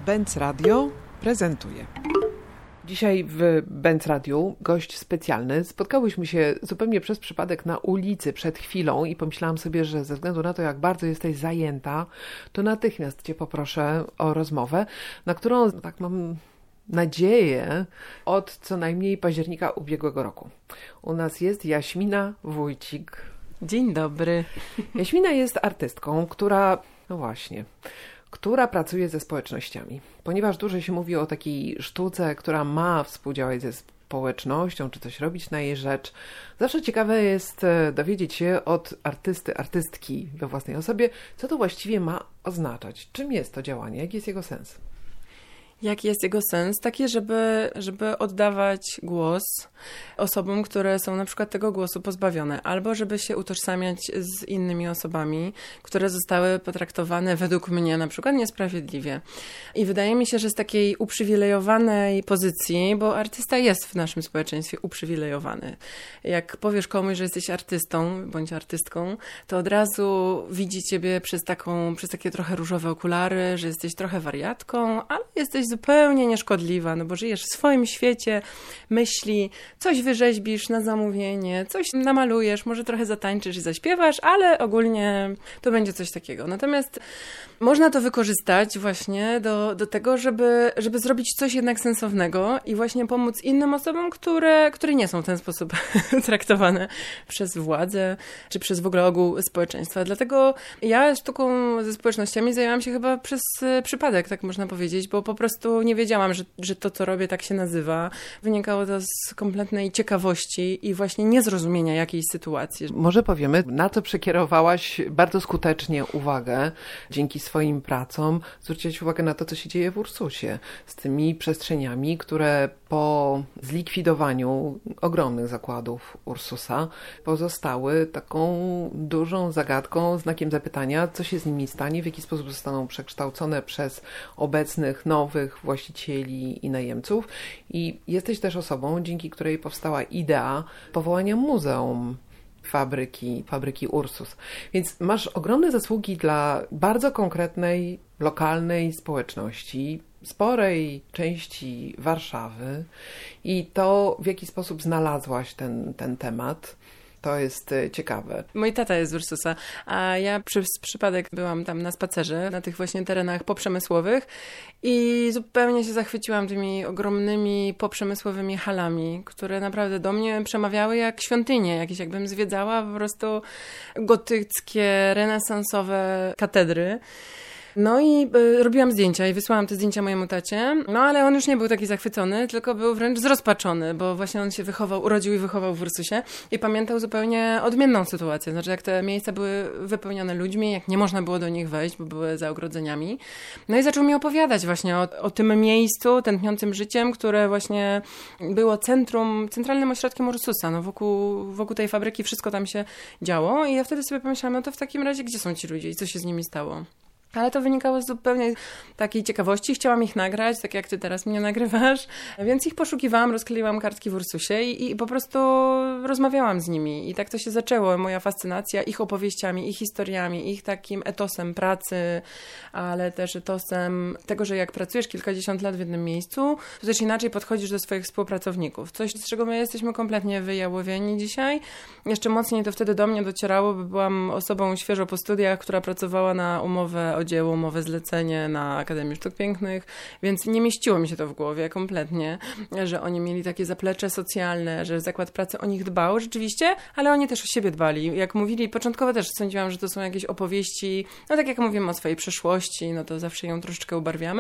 Benz Radio prezentuje. Dzisiaj w Benz Radiu gość specjalny. Spotkałyśmy się zupełnie przez przypadek na ulicy przed chwilą i pomyślałam sobie, że ze względu na to, jak bardzo jesteś zajęta, to natychmiast Cię poproszę o rozmowę, na którą, tak mam nadzieję, od co najmniej października ubiegłego roku. U nas jest Jaśmina Wójcik. Dzień dobry. Jaśmina jest artystką, która pracuje ze społecznościami. Ponieważ dużo się mówi o takiej sztuce, która ma współdziałać ze społecznością, czy coś robić na jej rzecz, zawsze ciekawe jest dowiedzieć się od artystki we własnej osobie, co to właściwie ma oznaczać. Czym jest to działanie? Jaki jest jego sens? Jaki jest jego sens? Taki, żeby oddawać głos osobom, które są na przykład tego głosu pozbawione, albo żeby się utożsamiać z innymi osobami, które zostały potraktowane według mnie na przykład niesprawiedliwie. I wydaje mi się, że z takiej uprzywilejowanej pozycji, bo artysta jest w naszym społeczeństwie uprzywilejowany. Jak powiesz komuś, że jesteś artystą bądź artystką, to od razu widzi ciebie przez takie trochę różowe okulary, że jesteś trochę wariatką, ale jesteś zupełnie nieszkodliwa, no bo żyjesz w swoim świecie myśli, coś wyrzeźbisz na zamówienie, coś namalujesz, może trochę zatańczysz i zaśpiewasz, ale ogólnie to będzie coś takiego. Natomiast można to wykorzystać właśnie do tego, żeby zrobić coś jednak sensownego i właśnie pomóc innym osobom, które nie są w ten sposób traktowane przez władzę, czy przez w ogóle ogół społeczeństwa. Dlatego ja sztuką ze społecznościami zajęłam się chyba przez przypadek, tak można powiedzieć, bo po prostu nie wiedziałam, że to, co robię, tak się nazywa. Wynikało to z kompletnej ciekawości i właśnie niezrozumienia jakiejś sytuacji. Może powiemy, na co przekierowałaś bardzo skutecznie uwagę dzięki swoim pracom. Zwróciłaś uwagę na to, co się dzieje w Ursusie z tymi przestrzeniami, które po zlikwidowaniu ogromnych zakładów Ursusa pozostały taką dużą zagadką, znakiem zapytania, co się z nimi stanie, w jaki sposób zostaną przekształcone przez obecnych, nowych właścicieli i najemców. I jesteś też osobą, dzięki której powstała idea powołania muzeum fabryki Ursus. Więc masz ogromne zasługi dla bardzo konkretnej, lokalnej społeczności, sporej części Warszawy i to, w jaki sposób znalazłaś ten temat, to jest ciekawe. Mój tata jest z Ursusa, a ja przez przypadek byłam tam na spacerze, na tych właśnie terenach poprzemysłowych i zupełnie się zachwyciłam tymi ogromnymi poprzemysłowymi halami, które naprawdę do mnie przemawiały jak świątynie, jakieś jakbym zwiedzała po prostu gotyckie, renesansowe katedry. No i robiłam zdjęcia i wysłałam te zdjęcia mojemu tacie, no ale on już nie był taki zachwycony, tylko był wręcz zrozpaczony, bo właśnie on się urodził i wychował w Ursusie i pamiętał zupełnie odmienną sytuację. Znaczy jak te miejsca były wypełnione ludźmi, jak nie można było do nich wejść, bo były za ogrodzeniami. No i zaczął mi opowiadać właśnie o tym miejscu, tętniącym życiem, które właśnie było centralnym ośrodkiem Ursusa. No wokół tej fabryki wszystko tam się działo i ja wtedy sobie pomyślałam, no to w takim razie gdzie są ci ludzie i co się z nimi stało? Ale to wynikało z zupełnie takiej ciekawości. Chciałam ich nagrać, tak jak ty teraz mnie nagrywasz. Więc ich poszukiwałam, rozkleiłam kartki w Ursusie i po prostu rozmawiałam z nimi. I tak to się zaczęło. Moja fascynacja ich opowieściami, ich historiami, ich takim etosem pracy, ale też etosem tego, że jak pracujesz kilkadziesiąt lat w jednym miejscu, to też inaczej podchodzisz do swoich współpracowników. Coś, z czego my jesteśmy kompletnie wyjałowieni dzisiaj. Jeszcze mocniej to wtedy do mnie docierało, bo byłam osobą świeżo po studiach, która pracowała na umowę o dzieło, umowę zlecenie na Akademii Sztuk Pięknych, więc nie mieściło mi się to w głowie kompletnie, że oni mieli takie zaplecze socjalne, że zakład pracy o nich dbał rzeczywiście, ale oni też o siebie dbali. Jak mówili, początkowo też sądziłam, że to są jakieś opowieści, no tak jak mówimy o swojej przeszłości, no to zawsze ją troszeczkę ubarwiamy,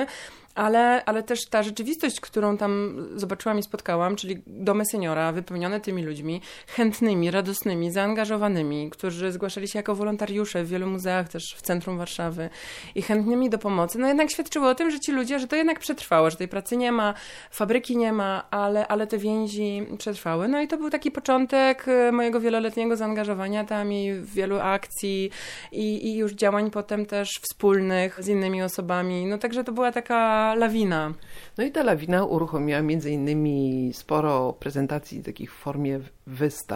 ale też ta rzeczywistość, którą tam zobaczyłam i spotkałam, czyli domy seniora wypełnione tymi ludźmi chętnymi, radosnymi, zaangażowanymi, którzy zgłaszali się jako wolontariusze w wielu muzeach, też w centrum Warszawy i chętnymi do pomocy, no jednak świadczyło o tym, że ci ludzie, że to jednak przetrwało, że tej pracy nie ma, fabryki nie ma, ale te więzi przetrwały. No i to był taki początek mojego wieloletniego zaangażowania tam i wielu akcji i już działań potem też wspólnych z innymi osobami. No także to była taka lawina. No i ta lawina uruchomiła między innymi sporo prezentacji takich w formie wystaw,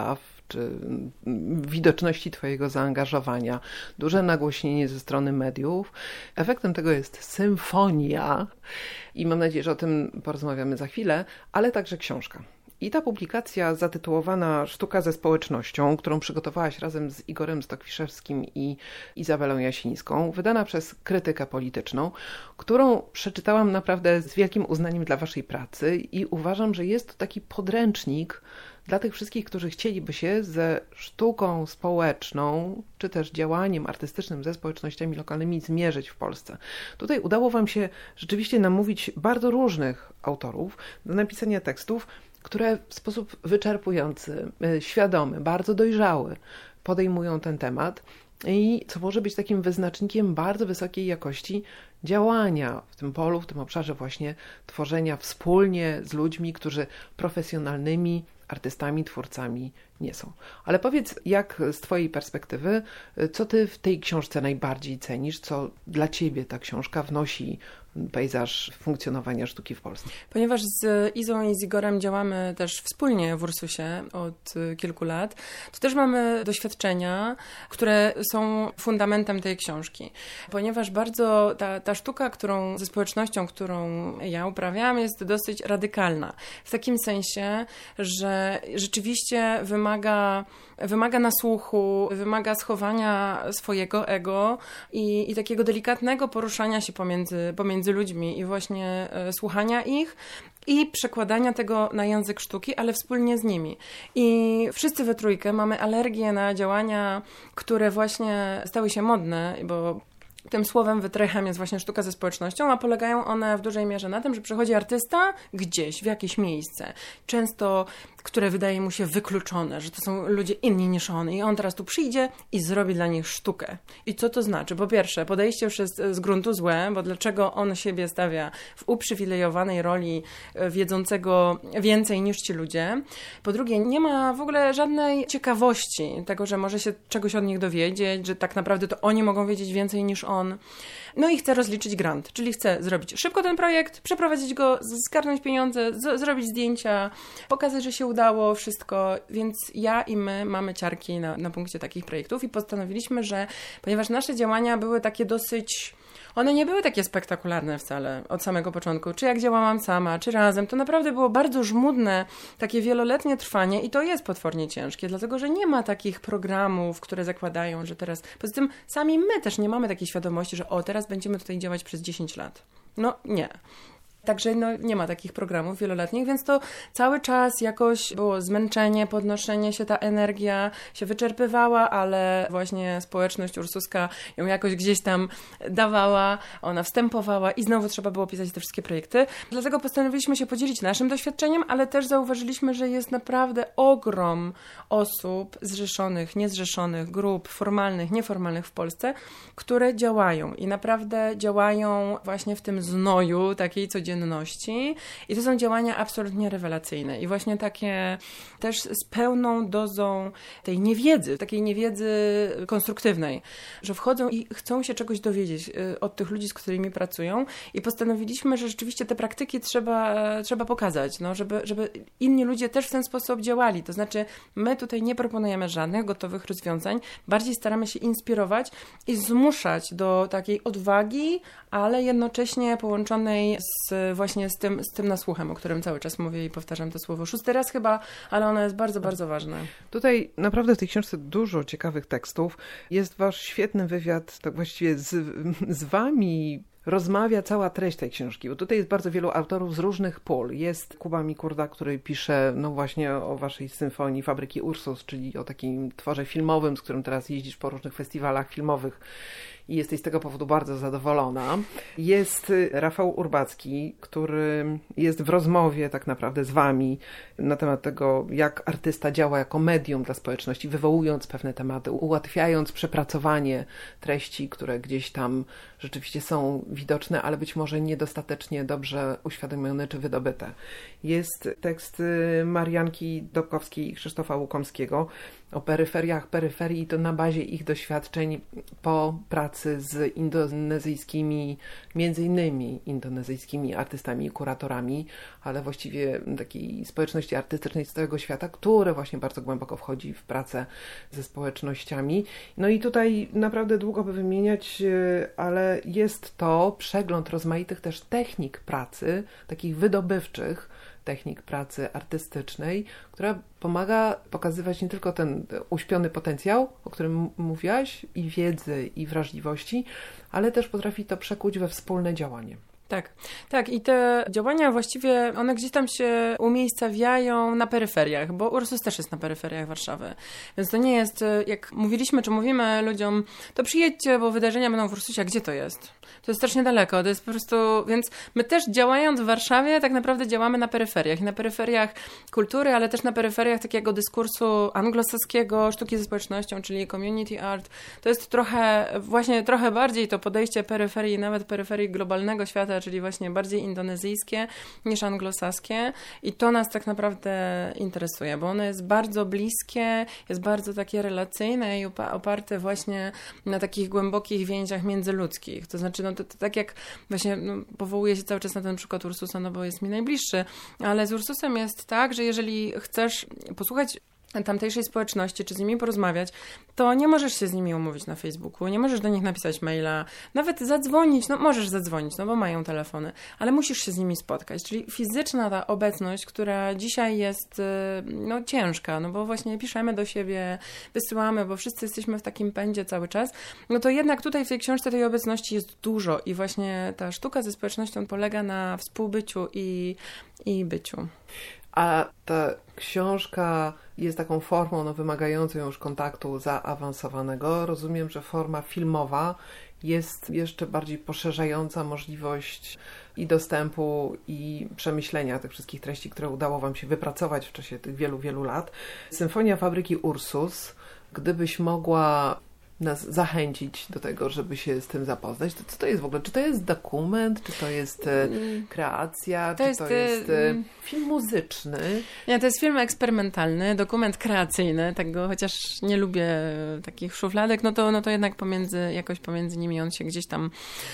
czy widoczności twojego zaangażowania, duże nagłośnienie ze strony mediów. Efektem tego jest symfonia i mam nadzieję, że o tym porozmawiamy za chwilę, ale także książka. I ta publikacja zatytułowana Sztuka ze społecznością, którą przygotowałaś razem z Igorem Stokwiszewskim i Izabelą Jasińską, wydana przez Krytykę Polityczną, którą przeczytałam naprawdę z wielkim uznaniem dla waszej pracy i uważam, że jest to taki podręcznik dla tych wszystkich, którzy chcieliby się ze sztuką społeczną, czy też działaniem artystycznym ze społecznościami lokalnymi zmierzyć w Polsce. Tutaj udało wam się rzeczywiście namówić bardzo różnych autorów do napisania tekstów, które w sposób wyczerpujący, świadomy, bardzo dojrzały podejmują ten temat i co może być takim wyznacznikiem bardzo wysokiej jakości działania w tym polu, w tym obszarze właśnie tworzenia wspólnie z ludźmi, którzy profesjonalnymi artystami, twórcami nie są. Ale powiedz, jak z twojej perspektywy, co ty w tej książce najbardziej cenisz, co dla ciebie ta książka wnosi pejzaż funkcjonowania sztuki w Polsce? Ponieważ z Izą i z Igorem działamy też wspólnie w Ursusie od kilku lat, to też mamy doświadczenia, które są fundamentem tej książki. Ponieważ bardzo ta sztuka, ze społecznością, którą ja uprawiam, jest dosyć radykalna. W takim sensie, że rzeczywiście wymaga nasłuchu, wymaga schowania swojego ego i takiego delikatnego poruszania się pomiędzy ludźmi i właśnie słuchania ich i przekładania tego na język sztuki, ale wspólnie z nimi. I wszyscy we trójkę mamy alergię na działania, które właśnie stały się modne, bo tym słowem wytrychem jest właśnie sztuka ze społecznością, a polegają one w dużej mierze na tym, że przychodzi artysta gdzieś, w jakieś miejsce, często, które wydaje mu się wykluczone, że to są ludzie inni niż on i on teraz tu przyjdzie i zrobi dla nich sztukę. I co to znaczy? Po pierwsze, podejście już jest z gruntu złe, bo dlaczego on siebie stawia w uprzywilejowanej roli wiedzącego więcej niż ci ludzie? Po drugie, nie ma w ogóle żadnej ciekawości tego, że może się czegoś od nich dowiedzieć, że tak naprawdę to oni mogą wiedzieć więcej niż on. No i chce rozliczyć grant, czyli chce zrobić szybko ten projekt, przeprowadzić go, zgarnąć pieniądze, zrobić zdjęcia, pokazać, że się udało wszystko, więc ja i my mamy ciarki na punkcie takich projektów i postanowiliśmy, że ponieważ nasze działania były takie one nie były takie spektakularne wcale od samego początku. Czy jak działałam sama, czy razem. To naprawdę było bardzo żmudne, takie wieloletnie trwanie i to jest potwornie ciężkie, dlatego że nie ma takich programów, które zakładają, że teraz... Poza tym sami my też nie mamy takiej świadomości, że teraz będziemy tutaj działać przez 10 lat. No nie. Także nie ma takich programów wieloletnich, więc to cały czas jakoś było zmęczenie, podnoszenie się, ta energia się wyczerpywała, ale właśnie społeczność ursuska ją jakoś gdzieś tam dawała, ona wstępowała i znowu trzeba było pisać te wszystkie projekty. Dlatego postanowiliśmy się podzielić naszym doświadczeniem, ale też zauważyliśmy, że jest naprawdę ogrom osób zrzeszonych, niezrzeszonych, grup formalnych, nieformalnych w Polsce, które działają i naprawdę działają właśnie w tym znoju takiej codzienności. I to są działania absolutnie rewelacyjne i właśnie takie też z pełną dozą tej niewiedzy, takiej niewiedzy konstruktywnej, że wchodzą i chcą się czegoś dowiedzieć od tych ludzi, z którymi pracują i postanowiliśmy, że rzeczywiście te praktyki trzeba pokazać, żeby inni ludzie też w ten sposób działali. To znaczy my tutaj nie proponujemy żadnych gotowych rozwiązań, bardziej staramy się inspirować i zmuszać do takiej odwagi, ale jednocześnie połączonej właśnie z tym nasłuchem, o którym cały czas mówię i powtarzam to słowo 6 raz chyba, ale ono jest bardzo, bardzo ważne. Tutaj naprawdę w tej książce dużo ciekawych tekstów. Jest wasz świetny wywiad, tak właściwie z wami rozmawia cała treść tej książki, bo tutaj jest bardzo wielu autorów z różnych pól. Jest Kuba Mikurda, który pisze właśnie o waszej symfonii Fabryki Ursus, czyli o takim tworze filmowym, z którym teraz jeździsz po różnych festiwalach filmowych i jesteś z tego powodu bardzo zadowolona. Jest Rafał Urbacki, który jest w rozmowie tak naprawdę z wami na temat tego, jak artysta działa jako medium dla społeczności, wywołując pewne tematy, ułatwiając przepracowanie treści, które gdzieś tam rzeczywiście są widoczne, ale być może niedostatecznie dobrze uświadomione czy wydobyte. Jest tekst Marianki Dobkowskiej i Krzysztofa Łukomskiego, o peryferii, to na bazie ich doświadczeń po pracy z między innymi indonezyjskimi artystami i kuratorami, ale właściwie takiej społeczności artystycznej z całego świata, które właśnie bardzo głęboko wchodzi w pracę ze społecznościami. No i tutaj naprawdę długo by wymieniać, ale jest to przegląd rozmaitych też technik pracy, takich wydobywczych technik pracy artystycznej, która pomaga pokazywać nie tylko ten uśpiony potencjał, o którym mówiłaś, i wiedzy, i wrażliwości, ale też potrafi to przekuć we wspólne działanie. Tak. I te działania właściwie, one gdzieś tam się umiejscawiają na peryferiach, bo Ursus też jest na peryferiach Warszawy. Więc to nie jest, jak mówiliśmy, czy mówimy ludziom, to przyjedźcie, bo wydarzenia będą w Ursusie, a gdzie to jest? To jest strasznie daleko, to jest po prostu, więc my też działając w Warszawie tak naprawdę działamy na peryferiach. I na peryferiach kultury, ale też na peryferiach takiego dyskursu anglosaskiego, sztuki ze społecznością, czyli community art. To jest trochę bardziej to podejście peryferii, nawet peryferii globalnego świata, czyli właśnie bardziej indonezyjskie niż anglosaskie i to nas tak naprawdę interesuje, bo ono jest bardzo bliskie, jest bardzo takie relacyjne i oparte właśnie na takich głębokich więziach międzyludzkich. To znaczy, to tak jak właśnie powołuję się cały czas na ten przykład Ursusa, no bo jest mi najbliższy, ale z Ursusem jest tak, że jeżeli chcesz posłuchać tamtejszej społeczności, czy z nimi porozmawiać, to nie możesz się z nimi umówić na Facebooku, nie możesz do nich napisać maila, nawet zadzwonić, możesz zadzwonić, bo mają telefony, ale musisz się z nimi spotkać, czyli fizyczna ta obecność, która dzisiaj jest ciężka, bo właśnie piszemy do siebie, wysyłamy, bo wszyscy jesteśmy w takim pędzie cały czas, to jednak tutaj w tej książce tej obecności jest dużo i właśnie ta sztuka ze społecznością polega na współbyciu i byciu. A ta książka jest taką formą wymagającą już kontaktu zaawansowanego. Rozumiem, że forma filmowa jest jeszcze bardziej poszerzająca możliwość i dostępu, i przemyślenia tych wszystkich treści, które udało Wam się wypracować w czasie tych wielu, wielu lat. Symfonia Fabryki Ursus, gdybyś mogła nas zachęcić do tego, żeby się z tym zapoznać, to co to jest w ogóle? Czy to jest dokument? Czy to jest kreacja? Czy to jest film muzyczny? Nie, to jest film eksperymentalny, dokument kreacyjny, tego chociaż nie lubię takich szufladek, to jednak jakoś pomiędzy nimi on się gdzieś tam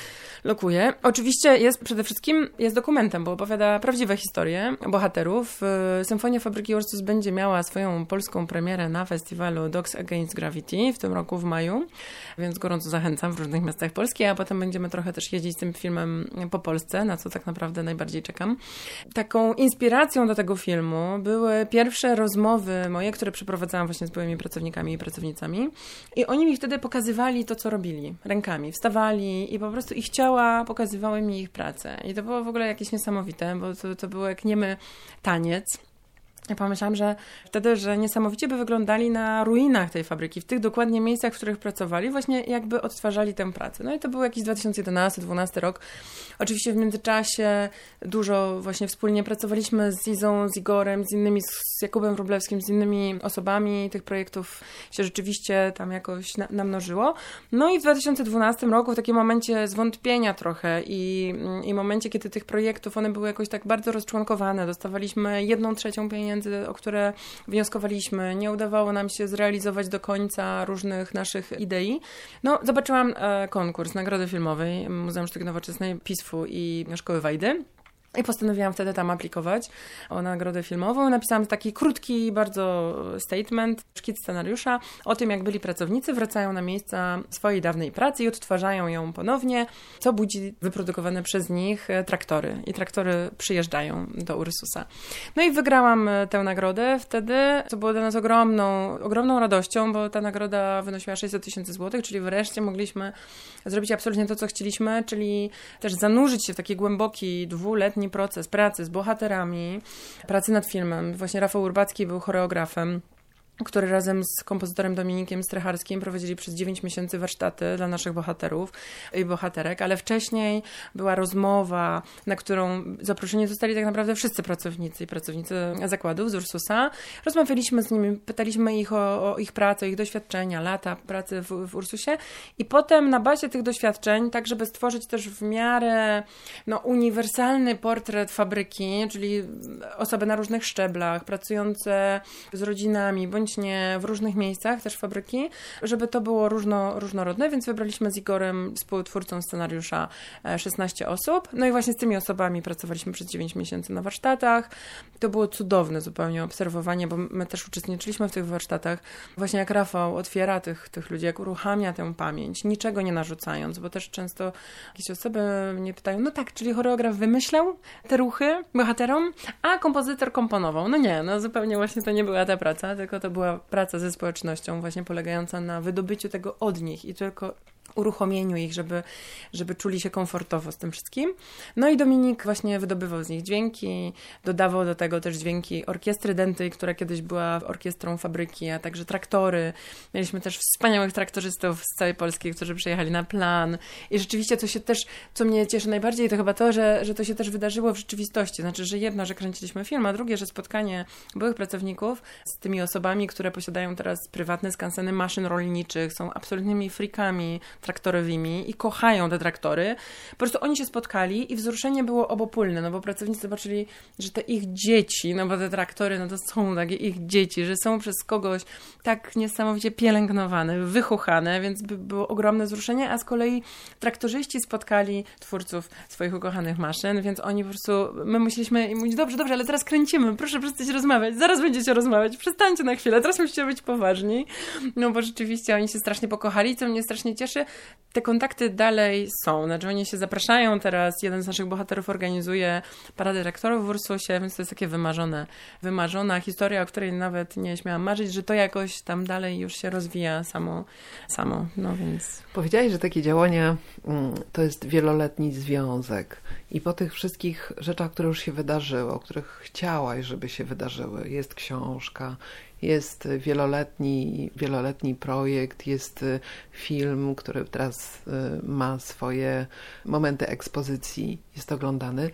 lokuje. Oczywiście przede wszystkim jest dokumentem, bo opowiada prawdziwe historie bohaterów. Symfonia Fabryki Ursus będzie miała swoją polską premierę na festiwalu Dogs Against Gravity w tym roku w maju, więc gorąco zachęcam w różnych miastach Polski, a potem będziemy trochę też jeździć z tym filmem po Polsce, na co tak naprawdę najbardziej czekam. Taką inspiracją do tego filmu były pierwsze rozmowy moje, które przeprowadzałam właśnie z byłymi pracownikami i pracownicami i oni mi wtedy pokazywali to, co robili rękami, wstawali i po prostu ich ciała pokazywały mi ich pracę. I to było w ogóle jakieś niesamowite, bo to było jak niemy taniec. Ja pomyślałam, że wtedy, że niesamowicie by wyglądali na ruinach tej fabryki, w tych dokładnie miejscach, w których pracowali, właśnie jakby odtwarzali tę pracę. I to był jakiś 2011-2012 rok. Oczywiście w międzyczasie dużo właśnie wspólnie pracowaliśmy z Izą, z Igorem, z innymi, z Jakubem Wróblewskim, z innymi osobami. Tych projektów się rzeczywiście tam jakoś namnożyło. I w 2012 roku, w takim momencie zwątpienia trochę i momencie, kiedy tych projektów, one były jakoś tak bardzo rozczłonkowane, dostawaliśmy 1/3 pieniędzy, o które wnioskowaliśmy. Nie udawało nam się zrealizować do końca różnych naszych idei. Zobaczyłam konkurs Nagrody Filmowej Muzeum Sztuki Nowoczesnej PISF-u i Szkoły Wajdy. I postanowiłam wtedy tam aplikować o nagrodę filmową. Napisałam taki krótki bardzo statement, szkic scenariusza o tym, jak byli pracownicy, wracają na miejsca swojej dawnej pracy i odtwarzają ją ponownie, co budzi wyprodukowane przez nich traktory. I traktory przyjeżdżają do Ursusa. I wygrałam tę nagrodę wtedy, co było dla nas ogromną radością, bo ta nagroda wynosiła 600 000 złotych, czyli wreszcie mogliśmy zrobić absolutnie to, co chcieliśmy, czyli też zanurzyć się w taki głęboki, 2-letni proces pracy z bohaterami, pracy nad filmem. Właśnie Rafał Urbacki był choreografem, który razem z kompozytorem Dominikiem Strecharskim prowadzili przez 9 miesięcy warsztaty dla naszych bohaterów i bohaterek, ale wcześniej była rozmowa, na którą zaproszeni zostali tak naprawdę wszyscy pracownicy i pracownicy zakładów z Ursusa. Rozmawialiśmy z nimi, pytaliśmy ich o ich pracę, o ich doświadczenia, lata pracy w Ursusie i potem na bazie tych doświadczeń, tak żeby stworzyć też w miarę uniwersalny portret fabryki, czyli osoby na różnych szczeblach, pracujące z rodzinami, bądź wewnętrznie w różnych miejscach też fabryki, żeby to było różnorodne, więc wybraliśmy z Igorem, współtwórcą scenariusza, 16 osób. No i właśnie z tymi osobami pracowaliśmy przez 9 miesięcy na warsztatach. To było cudowne zupełnie obserwowanie, bo my też uczestniczyliśmy w tych warsztatach. Właśnie jak Rafał otwiera tych ludzi, jak uruchamia tę pamięć, niczego nie narzucając, bo też często jakieś osoby mnie pytają, no tak, czyli choreograf wymyślał te ruchy bohaterom, a kompozytor komponował. No nie, no zupełnie właśnie to nie była ta praca, tylko to była praca ze społecznością, właśnie polegająca na wydobyciu tego od nich i tylko uruchomieniu ich, żeby czuli się komfortowo z tym wszystkim. No i Dominik właśnie wydobywał z nich dźwięki, dodawał do tego też dźwięki orkiestry Denty, która kiedyś była orkiestrą fabryki, a także traktory. Mieliśmy też wspaniałych traktorzystów z całej Polski, którzy przyjechali na plan. I rzeczywiście co mnie cieszy najbardziej, to chyba to, że to się też wydarzyło w rzeczywistości. Znaczy, że jedno, że kręciliśmy film, a drugie, że spotkanie byłych pracowników z tymi osobami, które posiadają teraz prywatne skanseny maszyn rolniczych, są absolutnymi freakami traktorowymi i kochają te traktory. Po prostu oni się spotkali i wzruszenie było obopólne, no bo pracownicy zobaczyli, że te ich dzieci, no bo te traktory, no to są takie ich dzieci, że są przez kogoś tak niesamowicie pielęgnowane, wychuchane, więc było ogromne wzruszenie, a z kolei traktorzyści spotkali twórców swoich ukochanych maszyn, więc oni po prostu, my musieliśmy im mówić, dobrze, ale teraz kręcimy, proszę przestać rozmawiać, zaraz będziecie rozmawiać, przestańcie na chwilę, teraz musicie być poważni, no bo rzeczywiście oni się strasznie pokochali, co mnie strasznie cieszy. Te kontakty dalej są, znaczy oni się zapraszają teraz, jeden z naszych bohaterów organizuje paradę rektorów w Ursusie, więc to jest takie wymarzona historia, o której nawet nie śmiałam marzyć, że to jakoś tam dalej już się rozwija samo, no więc... Powiedziałaś, że takie działania to jest wieloletni związek i po tych wszystkich rzeczach, które już się wydarzyły, o których chciałaś, żeby się wydarzyły, jest książka, jest wieloletni projekt, jest film, który teraz ma swoje momenty ekspozycji, jest oglądany,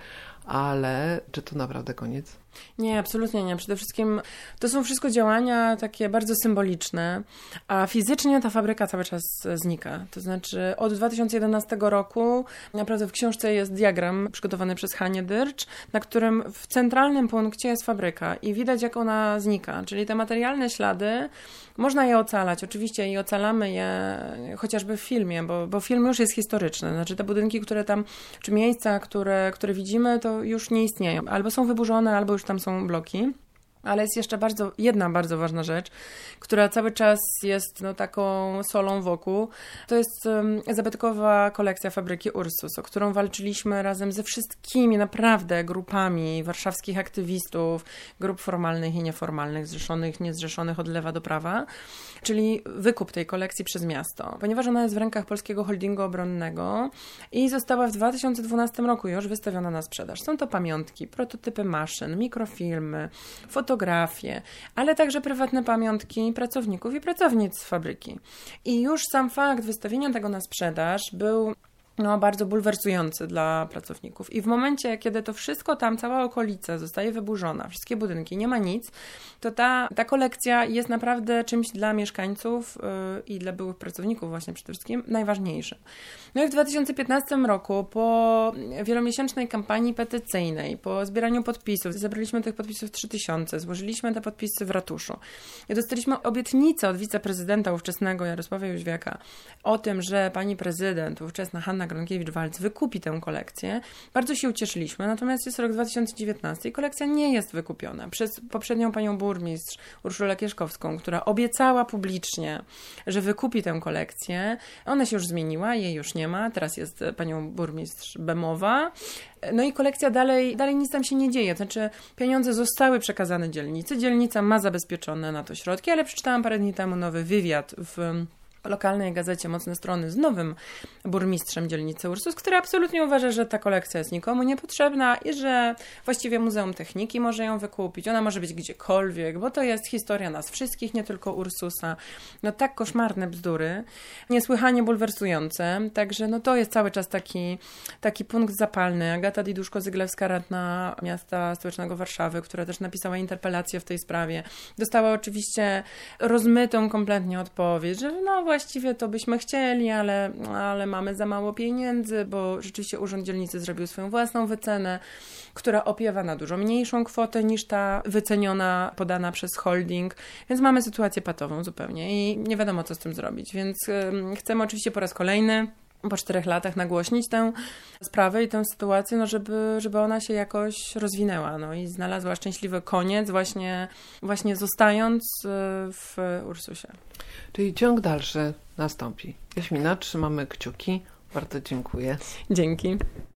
ale czy to naprawdę koniec? Nie, absolutnie nie. Przede wszystkim to są wszystko działania takie bardzo symboliczne, a fizycznie ta fabryka cały czas znika. To znaczy od 2011 roku naprawdę w książce jest diagram przygotowany przez Hanię Dyrcz, na którym w centralnym punkcie jest fabryka i widać, jak ona znika. Czyli te materialne ślady, można je ocalać. Oczywiście i ocalamy je chociażby w filmie, bo film już jest historyczny. Znaczy te budynki, które tam, czy miejsca, które widzimy, to już nie istnieją. Albo są wyburzone, albo już tam są bloki. Ale jest jeszcze jedna bardzo ważna rzecz, która cały czas jest taką solą wokół. To jest zabytkowa kolekcja fabryki Ursus, o którą walczyliśmy razem ze wszystkimi naprawdę grupami warszawskich aktywistów, grup formalnych i nieformalnych, zrzeszonych, niezrzeszonych od lewa do prawa, czyli wykup tej kolekcji przez miasto. Ponieważ ona jest w rękach Polskiego Holdingu Obronnego i została w 2012 roku już wystawiona na sprzedaż. Są to pamiątki, prototypy maszyn, mikrofilmy, fotografie, ale także prywatne pamiątki pracowników i pracownic z fabryki. I już sam fakt wystawienia tego na sprzedaż był bardzo bulwersujący dla pracowników. I w momencie, kiedy to wszystko tam, cała okolica zostaje wyburzona, wszystkie budynki, nie ma nic, to ta kolekcja jest naprawdę czymś dla mieszkańców i dla byłych pracowników właśnie przede wszystkim najważniejszym. No i w 2015 roku po wielomiesięcznej kampanii petycyjnej, po zbieraniu podpisów, zebraliśmy tych podpisów 3000, złożyliśmy te podpisy w ratuszu i dostaliśmy obietnicę od wiceprezydenta ówczesnego Jarosława Jóźwiaka o tym, że pani prezydent, ówczesna Hanna Gronkiewicz-Waltz wykupi tę kolekcję. Bardzo się ucieszyliśmy, natomiast jest rok 2019 i kolekcja nie jest wykupiona przez poprzednią panią burmistrz Urszulę Kieszkowską, która obiecała publicznie, że wykupi tę kolekcję. Ona się już zmieniła, jej już nie ma, teraz jest panią burmistrz Bemowa. No i kolekcja dalej nic tam się nie dzieje. Znaczy pieniądze zostały przekazane dzielnicy, dzielnica ma zabezpieczone na to środki, ale przeczytałam parę dni temu nowy wywiad w lokalnej gazecie Mocne Strony z nowym burmistrzem dzielnicy Ursus, który absolutnie uważa, że ta kolekcja jest nikomu niepotrzebna i że właściwie Muzeum Techniki może ją wykupić. Ona może być gdziekolwiek, bo to jest historia nas wszystkich, nie tylko Ursusa. Tak koszmarne bzdury, niesłychanie bulwersujące. Także to jest cały czas taki punkt zapalny. Agata Diduszko-Zyglewska, radna miasta stołecznego Warszawy, która też napisała interpelację w tej sprawie, dostała oczywiście rozmytą kompletnie odpowiedź, że właściwie to byśmy chcieli, ale mamy za mało pieniędzy, bo rzeczywiście Urząd Dzielnicy zrobił swoją własną wycenę, która opiewa na dużo mniejszą kwotę niż ta wyceniona, podana przez holding, więc mamy sytuację patową zupełnie i nie wiadomo, co z tym zrobić, więc chcemy oczywiście po raz kolejny po 4 latach nagłośnić tę sprawę i tę sytuację, no żeby ona się jakoś rozwinęła, no i znalazła szczęśliwy koniec właśnie zostając w Ursusie. Czyli ciąg dalszy nastąpi. Jaśmina, trzymamy kciuki. Bardzo dziękuję. Dzięki.